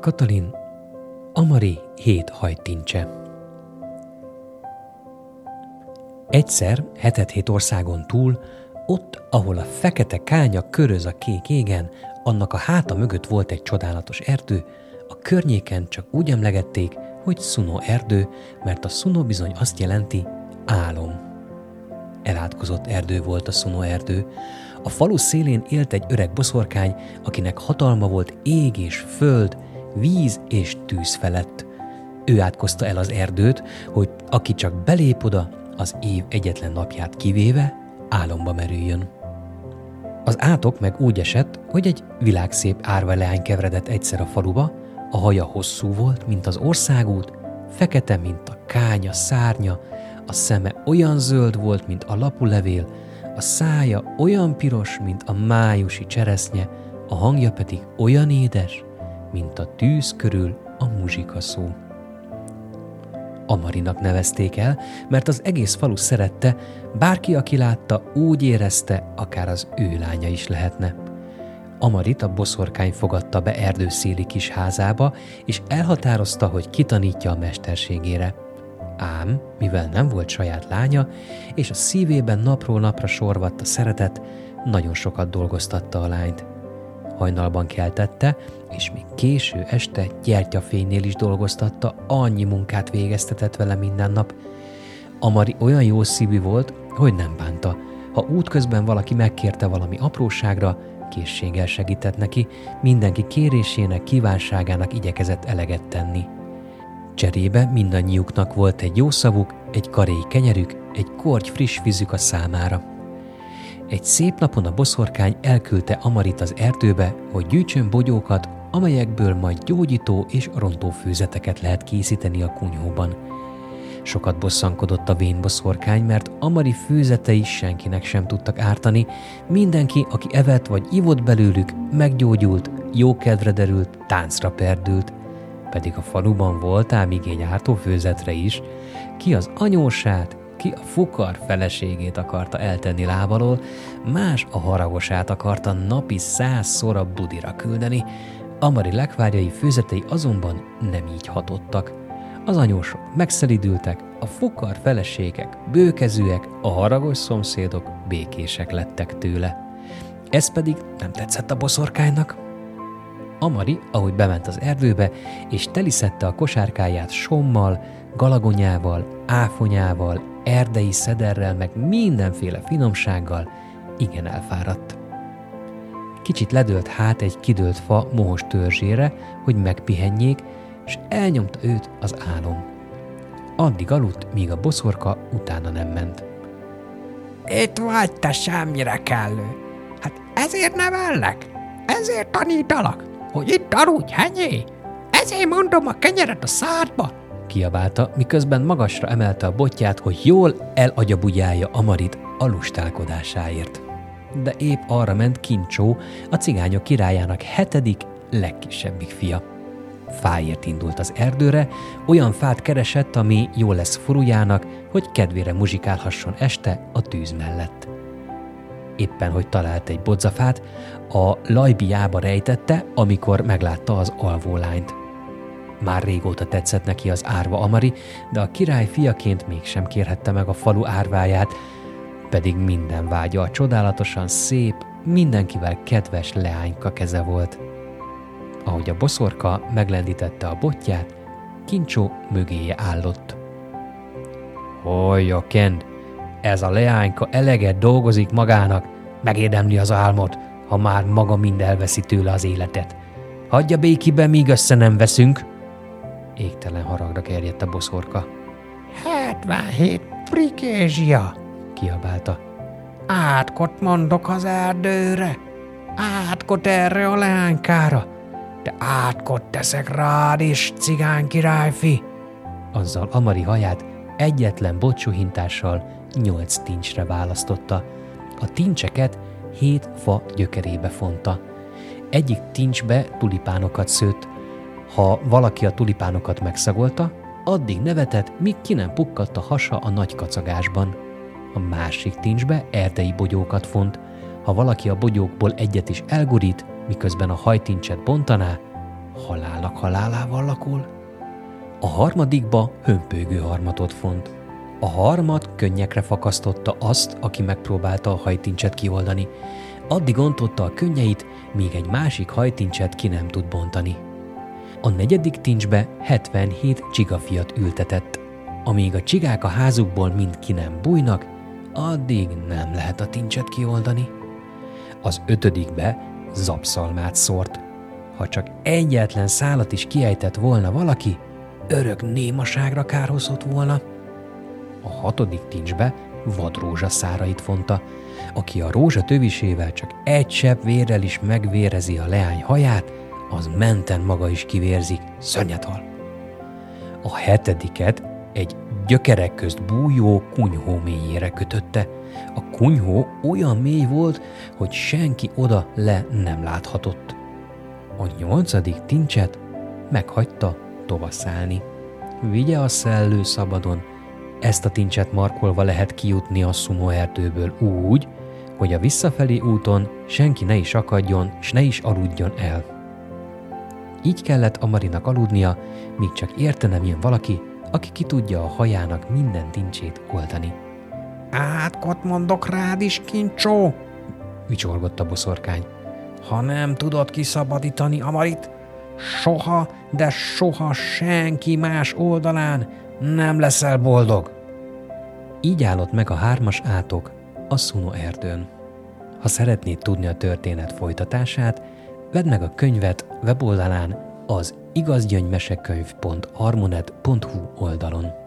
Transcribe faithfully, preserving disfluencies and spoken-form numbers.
Katalin, Amari hét hajtincse. Egyszer hetet-hét országon túl, ott, ahol a fekete kánya köröz a kék égen, annak a háta mögött volt egy csodálatos erdő, a környéken csak úgy emlegették, hogy Szuno erdő, mert a Szuno bizony azt jelenti álom. Elátkozott erdő volt a Szuno erdő. A falu szélén élt egy öreg boszorkány, akinek hatalma volt ég és föld, víz és tűz felett. Ő átkozta el az erdőt, hogy aki csak belép oda, az év egyetlen napját kivéve, álomba merüljön. Az átok meg úgy esett, hogy egy világszép árvaleány keveredett egyszer a faluba, a haja hosszú volt, mint az országút, fekete, mint a kánya szárnya, a szeme olyan zöld volt, mint a lapulevél, a szája olyan piros, mint a májusi cseresznye, a hangja pedig olyan édes, mint a tűz körül a muzsikaszó. Amarinak nevezték el, mert az egész falu szerette, bárki, aki látta, úgy érezte, akár az ő lánya is lehetne. Amarit a boszorkány fogadta be erdőszéli kis házába, és elhatározta, hogy kitanítja a mesterségére. Ám, mivel nem volt saját lánya, és a szívében napról napra sorvadt a szeretet, nagyon sokat dolgoztatta a lányt. Hajnalban keltette, és még késő este gyertyafénynél is dolgoztatta, annyi munkát végeztetett vele minden nap. Amari olyan jó szívű volt, hogy nem bánta. Ha útközben valaki megkérte valami apróságra, készséggel segített neki, mindenki kérésének, kívánságának igyekezett eleget tenni. Cserébe mindannyiuknak volt egy jó szavuk, egy karéj kenyerük, egy korty friss vízük a számára. Egy szép napon a boszorkány elküldte Amarit az erdőbe, hogy gyűjtsön bogyókat, amelyekből majd gyógyító és rontófőzeteket lehet készíteni a kunyhóban. Sokat bosszankodott a vén boszorkány, mert Amari főzetei senkinek sem tudtak ártani, mindenki, aki evett vagy ivott belőlük, meggyógyult, jókedvre derült, táncra perdült. Pedig a faluban volt ám igény ártófőzetre is, ki az anyósát, ki a fukar feleségét akarta eltenni lábalól, más a haragosát akarta napi százszor a budira küldeni. Amari lekvárjai főzetei azonban nem így hatottak. Az anyósok megszelidültek, a fukar feleségek bőkezűek, a haragos szomszédok békések lettek tőle. Ez pedig nem tetszett a boszorkánynak. Amari, ahogy bement az erdőbe, és teliszette a kosárkáját sommal, galagonyával, áfonyával, erdei szederrel, meg mindenféle finomsággal, igen elfáradt. Kicsit ledőlt hát egy kidőlt fa mohos törzsére, hogy megpihenjék, és elnyomta őt az álom. Addig aludt, míg a boszorka utána nem ment. Itt vagy, te semmire kellő. Hát ezért nevellek, ezért tanítalak, hogy itt aludj, henyé. Ezért mondom a kenyeret a szádba, kiabálta, miközben magasra emelte a botját, hogy jól elagyabugyálja Amarit a lustálkodásáért. De épp arra ment Kincsó, a cigányok királyának hetedik, legkisebbik fia. Fáért indult az erdőre, olyan fát keresett, ami jó lesz furujának, hogy kedvére muzsikálhasson este a tűz mellett. Éppen, hogy talált egy bodzafát, a lajbiába rejtette, amikor meglátta az alvólányt. Már régóta tetszett neki az árva Amari, de a király fiaként mégsem kérhette meg a falu árváját, pedig minden vágya a csodálatosan szép, mindenkivel kedves leányka keze volt. Ahogy a boszorka meglendítette a botját, Kincsó mögéje állott. Hallja, Kend, ez a leányka eleget dolgozik magának, megérdemli az álmot, ha már maga mind elveszi tőle az életet. Hagyja békiben, míg össze nem veszünk. Égtelen haragra gerjedt a boszorka. hetvenhét prikézsia, kiabálta. Átkot mondok az erdőre, átkot erre a leánykára, de átkot teszek rád is, cigány királyfi. Azzal Amari haját egyetlen botsuhintással nyolc tincsre választotta. A tincseket hét fa gyökerébe fonta. Egyik tincsbe tulipánokat szőtt. Ha valaki a tulipánokat megszagolta, addig nevetett, míg ki nem pukkadt a hasa a nagy kacagásban. A másik tincsbe erdei bogyókat font. Ha valaki a bogyókból egyet is elgurít, miközben a hajtincset bontaná, halálnak halálával lakol. A harmadikba hömpölygő harmatot font. A harmad könnyekre fakasztotta azt, aki megpróbálta a hajtincset kioldani. Addig ontotta a könnyeit, míg egy másik hajtincset ki nem tud bontani. A negyedik tincsbe hetvenhét csigafiat ültetett. Amíg a csigák a házukból mind ki nem bújnak, addig nem lehet a tincset kioldani. Az ötödikbe zapszalmát szórt. Ha csak egyetlen szálat is kiejtett volna valaki, örök némaságra kárhozott volna. A hatodik tincsbe vadrózsaszárait fonta. Aki a rózsa tövisével csak egy csepp vérrel is megvérezi a leány haját, az menten maga is kivérzik, szörnyet hal. A hetediket egy gyökerek közt bújó kunyhó mélyére kötötte. A kunyhó olyan mély volt, hogy senki oda le nem láthatott. A nyolcadik tincset meghagyta tovaszállni. Vigye a szellő szabadon, ezt a tincset markolva lehet kijutni a Sumo erdőből úgy, hogy a visszafelé úton senki ne is akadjon, s ne is aludjon el. Így kellett Amarinak aludnia, míg csak érte nem jön valaki, aki ki tudja a hajának minden tincsét oldani. Átkot mondok rád is, kincsó, vicsorgott a boszorkány. Ha nem tudod kiszabadítani Amarit, soha, de soha senki más oldalán nem leszel boldog. Így állott meg a hármas átok a Sumo erdőn. Ha szeretnéd tudni a történet folytatását, vedd meg a könyvet weboldalán az igazgyöngymesekönyv pont harmonet pont hu oldalon.